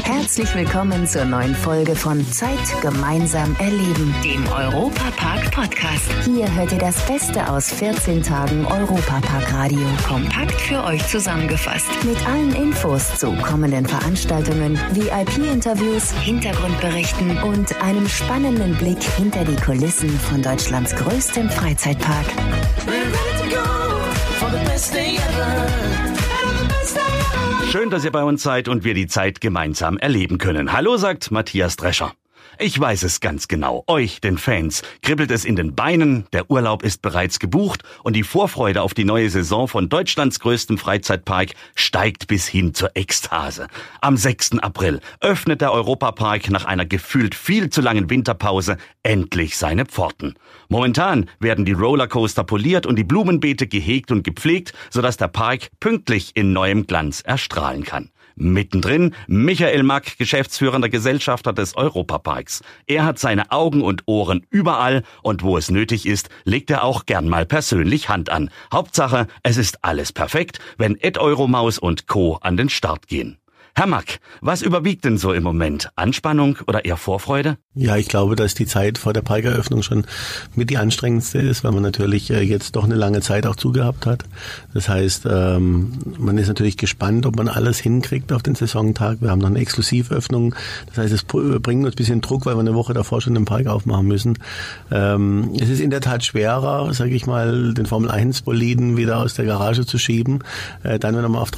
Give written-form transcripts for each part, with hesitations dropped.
Herzlich willkommen zur neuen Folge von Zeit gemeinsam erleben, dem Europa-Park-Podcast. Hier hört ihr das Beste aus 14 Tagen Europa-Park-Radio. Kompakt für euch zusammengefasst. Mit allen Infos zu kommenden Veranstaltungen, VIP-Interviews, Hintergrundberichten und einem spannenden Blick hinter die Kulissen von Deutschlands größtem Freizeitpark. Schön, dass ihr bei uns seid und wir die Zeit gemeinsam erleben können. Hallo, sagt Matthias Drescher. Ich weiß es ganz genau. Euch, den Fans, kribbelt es in den Beinen, der Urlaub ist bereits gebucht und die Vorfreude auf die neue Saison von Deutschlands größtem Freizeitpark steigt bis hin zur Ekstase. Am 6. April öffnet der Europapark nach einer gefühlt viel zu langen Winterpause endlich seine Pforten. Momentan werden die Rollercoaster poliert und die Blumenbeete gehegt und gepflegt, sodass der Park pünktlich in neuem Glanz erstrahlen kann. Mittendrin Michael Mack, geschäftsführender Gesellschafter des Europaparks. Er hat seine Augen und Ohren überall und wo es nötig ist, legt er auch gern mal persönlich Hand an. Hauptsache, es ist alles perfekt, wenn Ed Euromaus und Co. an den Start gehen. Herr Mack, was überwiegt denn so im Moment? Anspannung oder eher Vorfreude? Ja, ich glaube, dass die Zeit vor der Parkeröffnung schon mit die anstrengendste ist, weil man natürlich jetzt doch eine lange Zeit auch zugehabt hat. Das heißt, man ist natürlich gespannt, ob man alles hinkriegt auf den Saisontag. Wir haben noch eine Exklusivöffnung. Das heißt, es bringt uns ein bisschen Druck, weil wir eine Woche davor schon den Park aufmachen müssen. Es ist in der Tat schwerer, sage ich mal, den Formel-1-Boliden wieder aus der Garage zu schieben. Dann, wenn er mal auf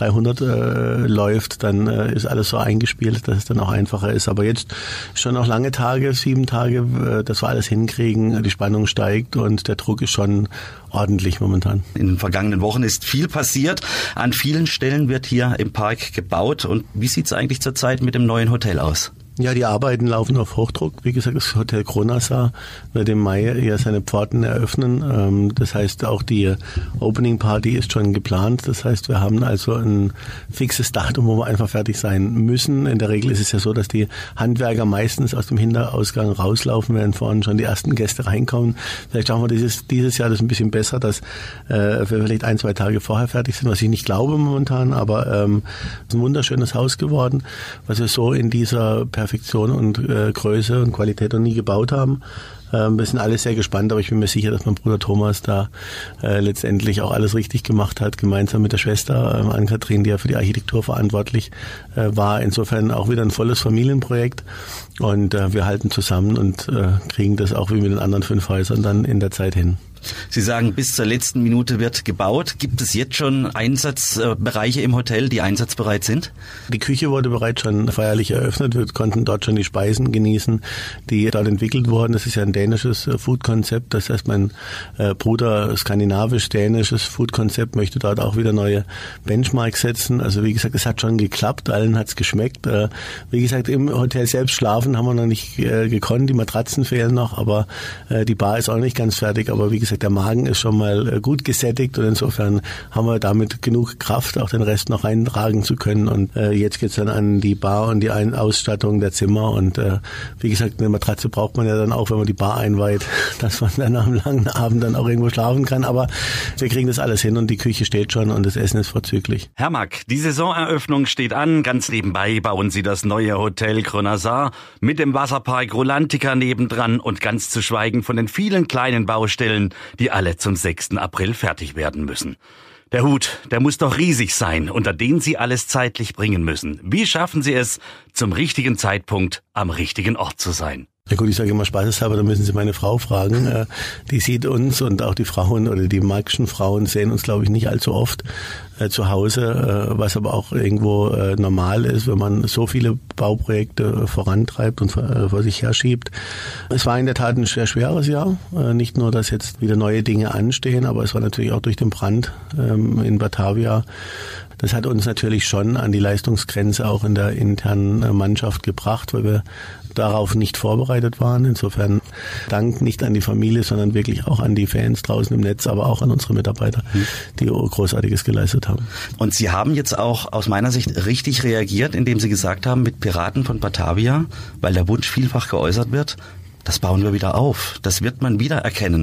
300 läuft, dann ist alles so eingespielt, dass es dann auch einfacher ist. Aber jetzt schon noch lange Tage, 7 Tage, dass wir alles hinkriegen, die Spannung steigt und der Druck ist schon ordentlich momentan. In den vergangenen Wochen ist viel passiert. An vielen Stellen wird hier im Park gebaut. Und wie sieht es eigentlich zurzeit mit dem neuen Hotel aus? Ja, die Arbeiten laufen auf Hochdruck. Wie gesagt, das Hotel Kronasar wird im Mai ja seine Pforten eröffnen. Das heißt, auch die Opening Party ist schon geplant. Das heißt, wir haben also ein fixes Datum, wo wir einfach fertig sein müssen. In der Regel ist es ja so, dass die Handwerker meistens aus dem Hinterausgang rauslaufen, während vorne schon die ersten Gäste reinkommen. Vielleicht schaffen wir dieses Jahr das ein bisschen besser, dass wir vielleicht 1-2 Tage vorher fertig sind, was ich nicht glaube momentan. Aber es ist ein wunderschönes Haus geworden, was wir so in dieser Perfektion und Größe und Qualität noch nie gebaut haben. Wir sind alle sehr gespannt, aber ich bin mir sicher, dass mein Bruder Thomas da letztendlich auch alles richtig gemacht hat, gemeinsam mit der Schwester Ann-Kathrin, die ja für die Architektur verantwortlich war. Insofern auch wieder ein volles Familienprojekt und wir halten zusammen und kriegen das auch wie mit den anderen 5 Häusern dann in der Zeit hin. Sie sagen, bis zur letzten Minute wird gebaut. Gibt es jetzt schon Einsatzbereiche im Hotel, die einsatzbereit sind? Die Küche wurde bereits schon feierlich eröffnet. Wir konnten dort schon die Speisen genießen, die dort entwickelt wurden. Das ist ja ein dänisches Food-Konzept. Das heißt, mein Bruder, skandinavisch-dänisches Food-Konzept, möchte dort auch wieder neue Benchmarks setzen. Also wie gesagt, es hat schon geklappt. Allen hat's geschmeckt. Wie gesagt, im Hotel selbst schlafen haben wir noch nicht gekonnt. Die Matratzen fehlen noch, aber die Bar ist auch nicht ganz fertig. Aber wie gesagt, der Magen ist schon mal gut gesättigt und insofern haben wir damit genug Kraft, auch den Rest noch reintragen zu können. Und jetzt geht's dann an die Bar und die Ausstattung der Zimmer. Und wie gesagt, eine Matratze braucht man ja dann auch, wenn man die Bar einweiht, dass man dann nach einem langen Abend dann auch irgendwo schlafen kann. Aber wir kriegen das alles hin und die Küche steht schon und das Essen ist vorzüglich. Herr Mack, die Saisoneröffnung steht an. Ganz nebenbei bauen Sie das neue Hotel Kronasar mit dem Wasserpark Rolantica nebendran und ganz zu schweigen von den vielen kleinen Baustellen, die alle zum 6. April fertig werden müssen. Der Hut, der muss doch riesig sein, unter den Sie alles zeitlich bringen müssen. Wie schaffen Sie es, zum richtigen Zeitpunkt am richtigen Ort zu sein? Ja gut, ich sage immer spaßeshalber, da müssen Sie meine Frau fragen. Die sieht uns und auch die Frauen oder die Markschen Frauen sehen uns, glaube ich, nicht allzu oft zu Hause, was aber auch irgendwo normal ist, wenn man so viele Bauprojekte vorantreibt und vor sich herschiebt. Es war in der Tat ein sehr schweres Jahr. Nicht nur, dass jetzt wieder neue Dinge anstehen, aber es war natürlich auch durch den Brand in Batavia. Das hat uns natürlich schon an die Leistungsgrenze auch in der internen Mannschaft gebracht, weil wir darauf nicht vorbereitet waren. Insofern Dank nicht an die Familie, sondern wirklich auch an die Fans draußen im Netz, aber auch an unsere Mitarbeiter, die Großartiges geleistet haben. Und Sie haben jetzt auch aus meiner Sicht richtig reagiert, indem Sie gesagt haben, mit Piraten von Batavia, weil der Wunsch vielfach geäußert wird, das bauen wir wieder auf. Das wird man wieder erkennen.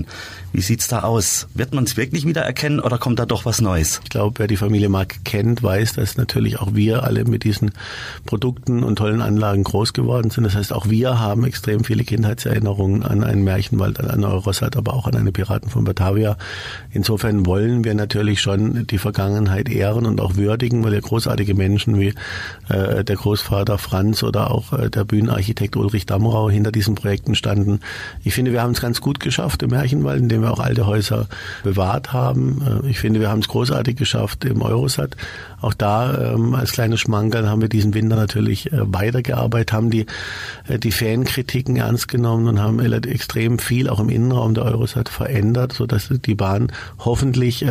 Wie sieht's da aus? Wird man es wirklich wieder erkennen oder kommt da doch was Neues? Ich glaube, wer die Familie Mack kennt, weiß, dass natürlich auch wir alle mit diesen Produkten und tollen Anlagen groß geworden sind. Das heißt, auch wir haben extrem viele Kindheitserinnerungen an einen Märchenwald, an Eurosat, aber auch an eine Piraten von Batavia. Insofern wollen wir natürlich schon die Vergangenheit ehren und auch würdigen, weil ja großartige Menschen wie der Großvater Franz oder auch der Bühnenarchitekt Ulrich Damrau hinter diesen Projekten standen. Ich finde, wir haben es ganz gut geschafft im Märchenwald, indem wir auch alte Häuser bewahrt haben. Ich finde, wir haben es großartig geschafft im Eurosat. Auch da als kleines Schmankerl haben wir diesen Winter natürlich weitergearbeitet, haben die Fankritiken ernst genommen und haben extrem viel auch im Innenraum der Eurosat verändert, sodass die Bahn hoffentlich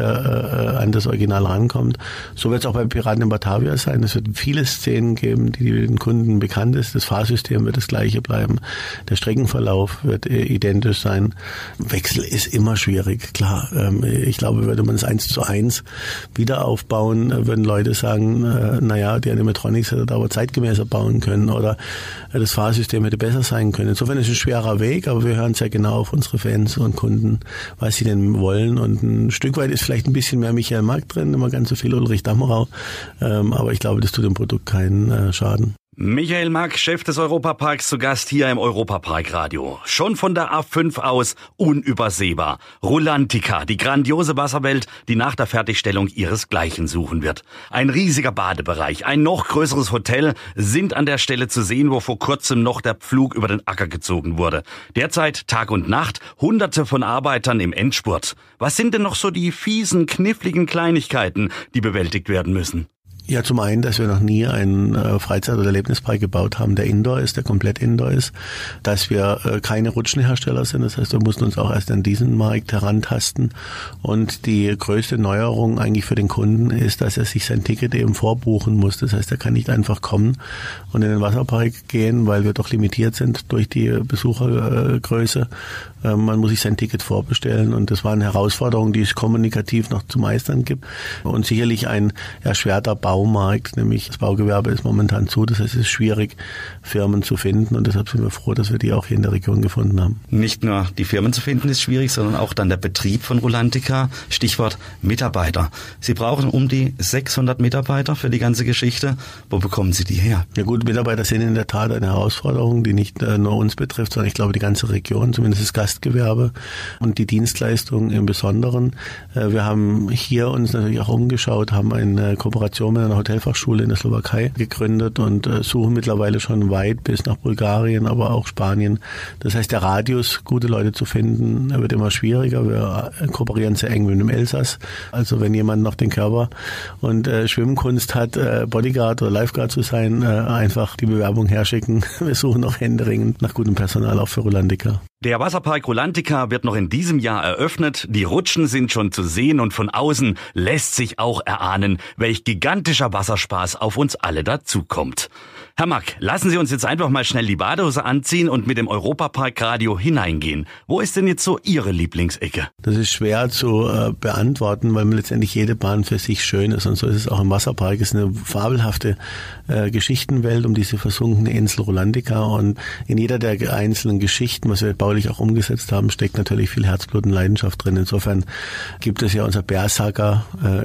an das Original rankommt. So wird es auch bei Piraten in Batavia sein. Es wird viele Szenen geben, die den Kunden bekannt ist. Das Fahrsystem wird das gleiche bleiben. Der Streckenverlauf wird identisch sein. Wechsel ist immer schwierig, klar. Ich glaube, würde man es 1:1 wieder aufbauen, würden Leute sagen, die Animatronics hätte aber zeitgemäßer bauen können oder das Fahrsystem hätte besser sein können. Insofern ist es ein schwerer Weg, aber wir hören sehr genau auf unsere Fans und Kunden, was sie denn wollen. Und ein Stück weit ist vielleicht ein bisschen mehr Michael Mack drin, immer ganz so viel Ulrich Damrau. Aber ich glaube, das tut dem Produkt keinen Schaden. Michael Mack, Chef des Europaparks, zu Gast hier im Europapark-Radio. Schon von der A5 aus unübersehbar. Rulantica, die grandiose Wasserwelt, die nach der Fertigstellung ihresgleichen suchen wird. Ein riesiger Badebereich, ein noch größeres Hotel sind an der Stelle zu sehen, wo vor kurzem noch der Pflug über den Acker gezogen wurde. Derzeit Tag und Nacht, Hunderte von Arbeitern im Endspurt. Was sind denn noch so die fiesen, kniffligen Kleinigkeiten, die bewältigt werden müssen? Ja, zum einen, dass wir noch nie einen Freizeit- oder Erlebnispark gebaut haben, der Indoor ist, der komplett Indoor ist, dass wir keine Rutschenhersteller sind, das heißt, wir mussten uns auch erst an diesen Markt herantasten und die größte Neuerung eigentlich für den Kunden ist, dass er sich sein Ticket eben vorbuchen muss, das heißt, er kann nicht einfach kommen und in den Wasserpark gehen, weil wir doch limitiert sind durch die Besuchergröße. Man muss sich sein Ticket vorbestellen und das war eine Herausforderung, die es kommunikativ noch zu meistern gibt und sicherlich ein erschwerter Baumarkt, nämlich das Baugewerbe ist momentan zu, das heißt, es ist schwierig, Firmen zu finden und deshalb sind wir froh, dass wir die auch hier in der Region gefunden haben. Nicht nur die Firmen zu finden ist schwierig, sondern auch dann der Betrieb von Rulantica, Stichwort Mitarbeiter. Sie brauchen um die 600 Mitarbeiter für die ganze Geschichte. Wo bekommen Sie die her? Ja gut, Mitarbeiter sind in der Tat eine Herausforderung, die nicht nur uns betrifft, sondern ich glaube die ganze Region, zumindest das Gastgewerbe und die Dienstleistungen im Besonderen. Wir haben hier uns natürlich auch umgeschaut, haben eine Kooperation mit einer Hotelfachschule in der Slowakei gegründet und suchen mittlerweile schon weit bis nach Bulgarien, aber auch Spanien. Das heißt, der Radius, gute Leute zu finden, wird immer schwieriger. Wir kooperieren sehr eng mit dem Elsass. Also wenn jemand noch den Körper und Schwimmkunst hat, Bodyguard oder Lifeguard zu sein, einfach die Bewerbung herschicken. Wir suchen noch händeringend nach gutem Personal auch für Rulantica. Der Wasserpark Rulantica wird noch in diesem Jahr eröffnet. Die Rutschen sind schon zu sehen und von außen lässt sich auch erahnen, welch gigantischer Wasserspaß auf uns alle dazukommt. Herr Mack, lassen Sie uns jetzt einfach mal schnell die Badehose anziehen und mit dem Europapark-Radio hineingehen. Wo ist denn jetzt so Ihre Lieblingsecke? Das ist schwer zu beantworten, weil letztendlich jede Bahn für sich schön ist. Und so ist es auch im Wasserpark. Es ist eine fabelhafte Geschichtenwelt um diese versunkene Insel Rulantica. Und in jeder der einzelnen Geschichten, was wir baulich auch umgesetzt haben, steckt natürlich viel Herzblut und Leidenschaft drin. Insofern gibt es ja unser Berserker,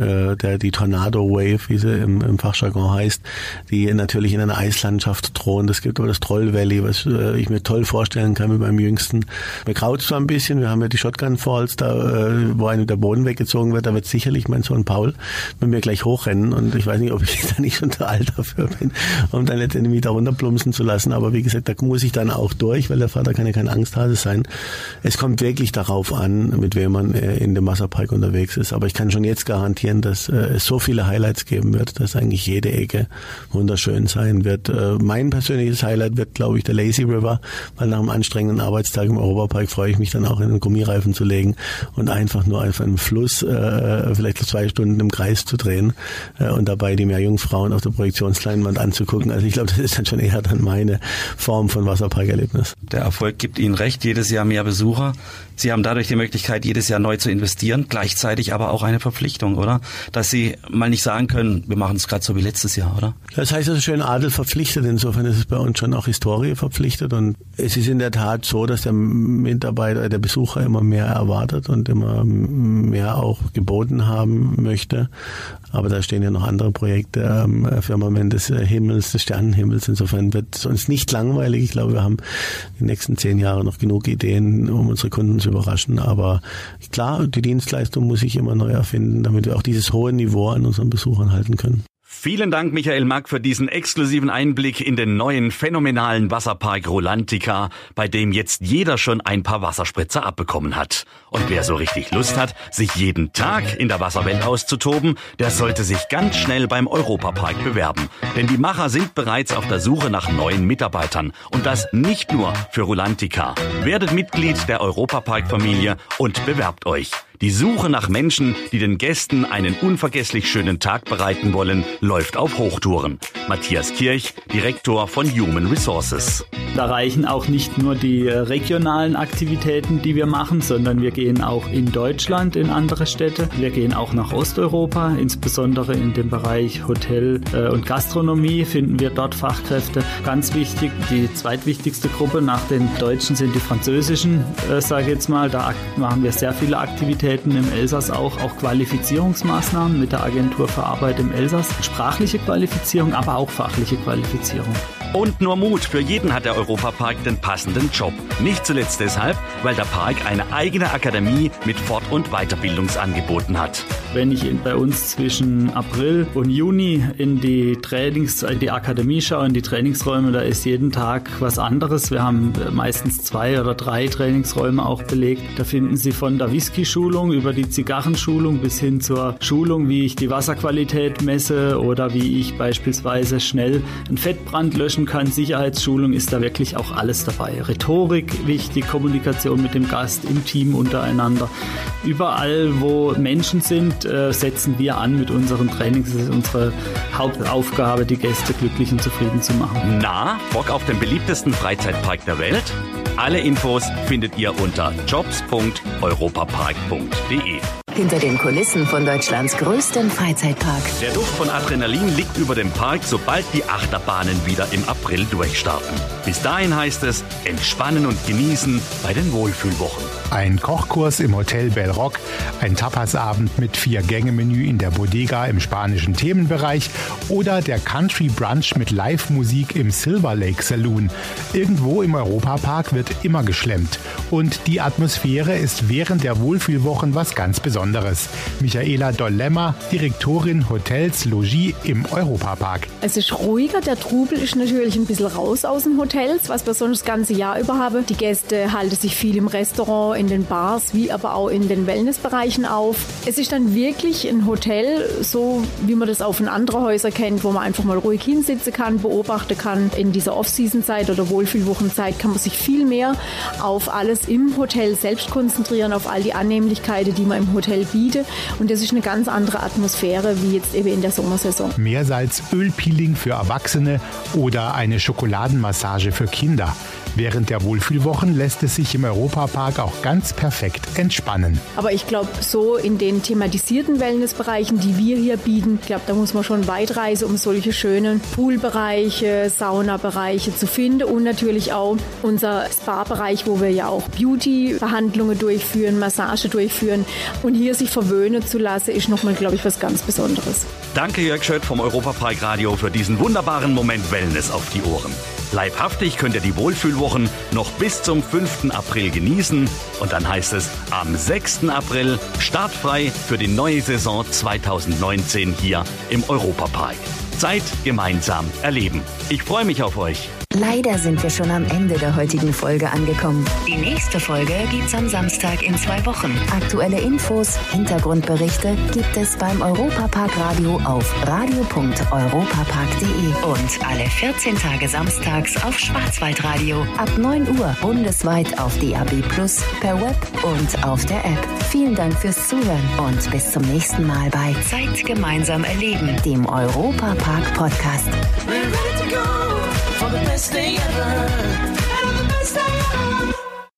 die Tornado Wave, wie sie im Fachjargon heißt, die natürlich in einer Eislandschaft drohen. Es gibt aber das Troll Valley, was ich mir toll vorstellen kann mit meinem Jüngsten. Mir graut zwar ein bisschen, wir haben ja die Shotgun Falls, da wo einem der Boden weggezogen wird, da wird sicherlich mein Sohn Paul mit mir gleich hochrennen und ich weiß nicht, ob ich da nicht schon zu alt dafür bin, um dann letztendlich mich da runterplumpsen zu lassen, aber wie gesagt, da muss ich dann auch durch, weil der Vater kann ja kein Angsthase sein. Es kommt wirklich darauf an, mit wem man in dem Wasserpark unterwegs ist, aber ich kann schon jetzt garantieren, dass es so viele Highlights geben wird, dass eigentlich jede Ecke wunderschön sein wird. Mein persönliches Highlight wird, glaube ich, der Lazy River, weil nach einem anstrengenden Arbeitstag im Europapark freue ich mich dann auch in den Gummireifen zu legen und einfach nur auf einem Fluss vielleicht 2 Stunden im Kreis zu drehen und dabei die Meerjungfrauen auf der Projektionsleinwand anzugucken. Also ich glaube, das ist dann schon eher dann meine Form von Wasserparkerlebnis. Der Erfolg gibt Ihnen recht. nicht jedes Jahr mehr Besucher. Sie haben dadurch die Möglichkeit, jedes Jahr neu zu investieren, gleichzeitig aber auch eine Verpflichtung, oder? Dass Sie mal nicht sagen können, wir machen es gerade so wie letztes Jahr, oder? Das heißt also schön Adel verpflichtet, insofern ist es bei uns schon auch Historie verpflichtet und es ist in der Tat so, dass der Mitarbeiter, der Besucher immer mehr erwartet und immer mehr auch geboten haben möchte. Aber da stehen ja noch andere Projekte, Firmament des Himmels, des Sternenhimmels. Insofern wird es uns nicht langweilig. Ich glaube, wir haben die nächsten 10 Jahre noch genug Ideen, um unsere Kunden zu überraschen. Aber klar, die Dienstleistung muss sich immer neu erfinden, damit wir auch dieses hohe Niveau an unseren Besuchern halten können. Vielen Dank, Michael Mack, für diesen exklusiven Einblick in den neuen phänomenalen Wasserpark Rulantica, bei dem jetzt jeder schon ein paar Wasserspritzer abbekommen hat. Und wer so richtig Lust hat, sich jeden Tag in der Wasserwelt auszutoben, der sollte sich ganz schnell beim Europapark bewerben. Denn die Macher sind bereits auf der Suche nach neuen Mitarbeitern. Und das nicht nur für Rulantica. Werdet Mitglied der Europapark-Familie und bewerbt euch. Die Suche nach Menschen, die den Gästen einen unvergesslich schönen Tag bereiten wollen, läuft auf Hochtouren. Matthias Kirch, Direktor von Human Resources. Da reichen auch nicht nur die regionalen Aktivitäten, die wir machen, sondern wir gehen auch in Deutschland in andere Städte. Wir gehen auch nach Osteuropa, insbesondere in dem Bereich Hotel und Gastronomie finden wir dort Fachkräfte. Ganz wichtig, die zweitwichtigste Gruppe nach den Deutschen sind die französischen, sage ich jetzt mal. Da machen wir sehr viele Aktivitäten im Elsass auch Qualifizierungsmaßnahmen mit der Agentur für Arbeit im Elsass. Sprachliche Qualifizierung, aber auch fachliche Qualifizierung. Und nur Mut, für jeden hat der Europapark den passenden Job. Nicht zuletzt deshalb, weil der Park eine eigene Akademie mit Fort- und Weiterbildungsangeboten hat. Wenn ich bei uns zwischen April und Juni in die Akademie schaue, in die Trainingsräume, da ist jeden Tag was anderes. Wir haben meistens 2 oder 3 Trainingsräume auch belegt. Da finden Sie von der Whisky-Schulung über die Zigarrenschulung bis hin zur Schulung, wie ich die Wasserqualität messe oder wie ich beispielsweise schnell einen Fettbrand löschen kann. Sicherheitsschulung ist da wirklich auch alles dabei. Rhetorik wichtig, Kommunikation mit dem Gast, im Team untereinander. Überall, wo Menschen sind, setzen wir an mit unseren Trainings. Das ist unsere Hauptaufgabe, die Gäste glücklich und zufrieden zu machen. Na, Bock auf den beliebtesten Freizeitpark der Welt? Alle Infos findet ihr unter jobs.europapark.de. Hinter den Kulissen von Deutschlands größtem Freizeitpark. Der Duft von Adrenalin liegt über dem Park, sobald die Achterbahnen wieder im April durchstarten. Bis dahin heißt es, entspannen und genießen bei den Wohlfühlwochen. Ein Kochkurs im Hotel Bell Rock, ein Tapasabend mit 4-Gänge-Menü in der Bodega im spanischen Themenbereich oder der Country Brunch mit Live-Musik im Silver Lake Saloon. Irgendwo im Europapark wird immer geschlemmt. Und die Atmosphäre ist während der Wohlfühlwochen was ganz Besonderes. Michaela Doll-Lemmer, Direktorin Hotels Logis im Europapark. Es ist ruhiger, der Trubel ist natürlich ein bisschen raus aus den Hotels, was wir sonst das ganze Jahr über haben. Die Gäste halten sich viel im Restaurant, in den Bars, wie aber auch in den Wellnessbereichen auf. Es ist dann wirklich ein Hotel, so wie man das auch von anderen Häusern kennt, wo man einfach mal ruhig hinsitzen kann, beobachten kann. In dieser Off-Season-Zeit oder Wohlfühlwochenzeit kann man sich viel mehr auf alles im Hotel selbst konzentrieren, auf all die Annehmlichkeiten, die man im Hotel bietet. Und das ist eine ganz andere Atmosphäre, wie jetzt eben in der Sommersaison. Meersalz-Ölpeeling für Erwachsene oder eine Schokoladenmassage für Kinder. Während der Wohlfühlwochen lässt es sich im Europapark auch ganz perfekt entspannen. Aber ich glaube, so in den thematisierten Wellnessbereichen, die wir hier bieten, ich glaube, da muss man schon weit reisen, um solche schönen Poolbereiche, Saunabereiche zu finden und natürlich auch unser Spa-Bereich, wo wir ja auch Beauty-Behandlungen durchführen, Massage durchführen und hier sich verwöhnen zu lassen, ist nochmal, glaube ich, was ganz Besonderes. Danke Jörg Schött vom Europapark Radio für diesen wunderbaren Moment Wellness auf die Ohren. Leibhaftig könnt ihr die Wohlfühlwochen noch bis zum 5. April genießen. Und dann heißt es am 6. April startfrei für die neue Saison 2019 hier im Europapark. Zeit gemeinsam erleben. Ich freue mich auf euch. Leider sind wir schon am Ende der heutigen Folge angekommen. Die nächste Folge gibt's am Samstag in 2 Wochen. Aktuelle Infos, Hintergrundberichte gibt es beim Europapark Radio auf radio.europapark.de und alle 14 Tage samstags auf Schwarzwaldradio ab 9 Uhr bundesweit auf DAB+, per Web und auf der App. Vielen Dank fürs Zuhören und bis zum nächsten Mal bei Zeit gemeinsam erleben, dem Europapark Podcast. For the best day ever, and the best day ever.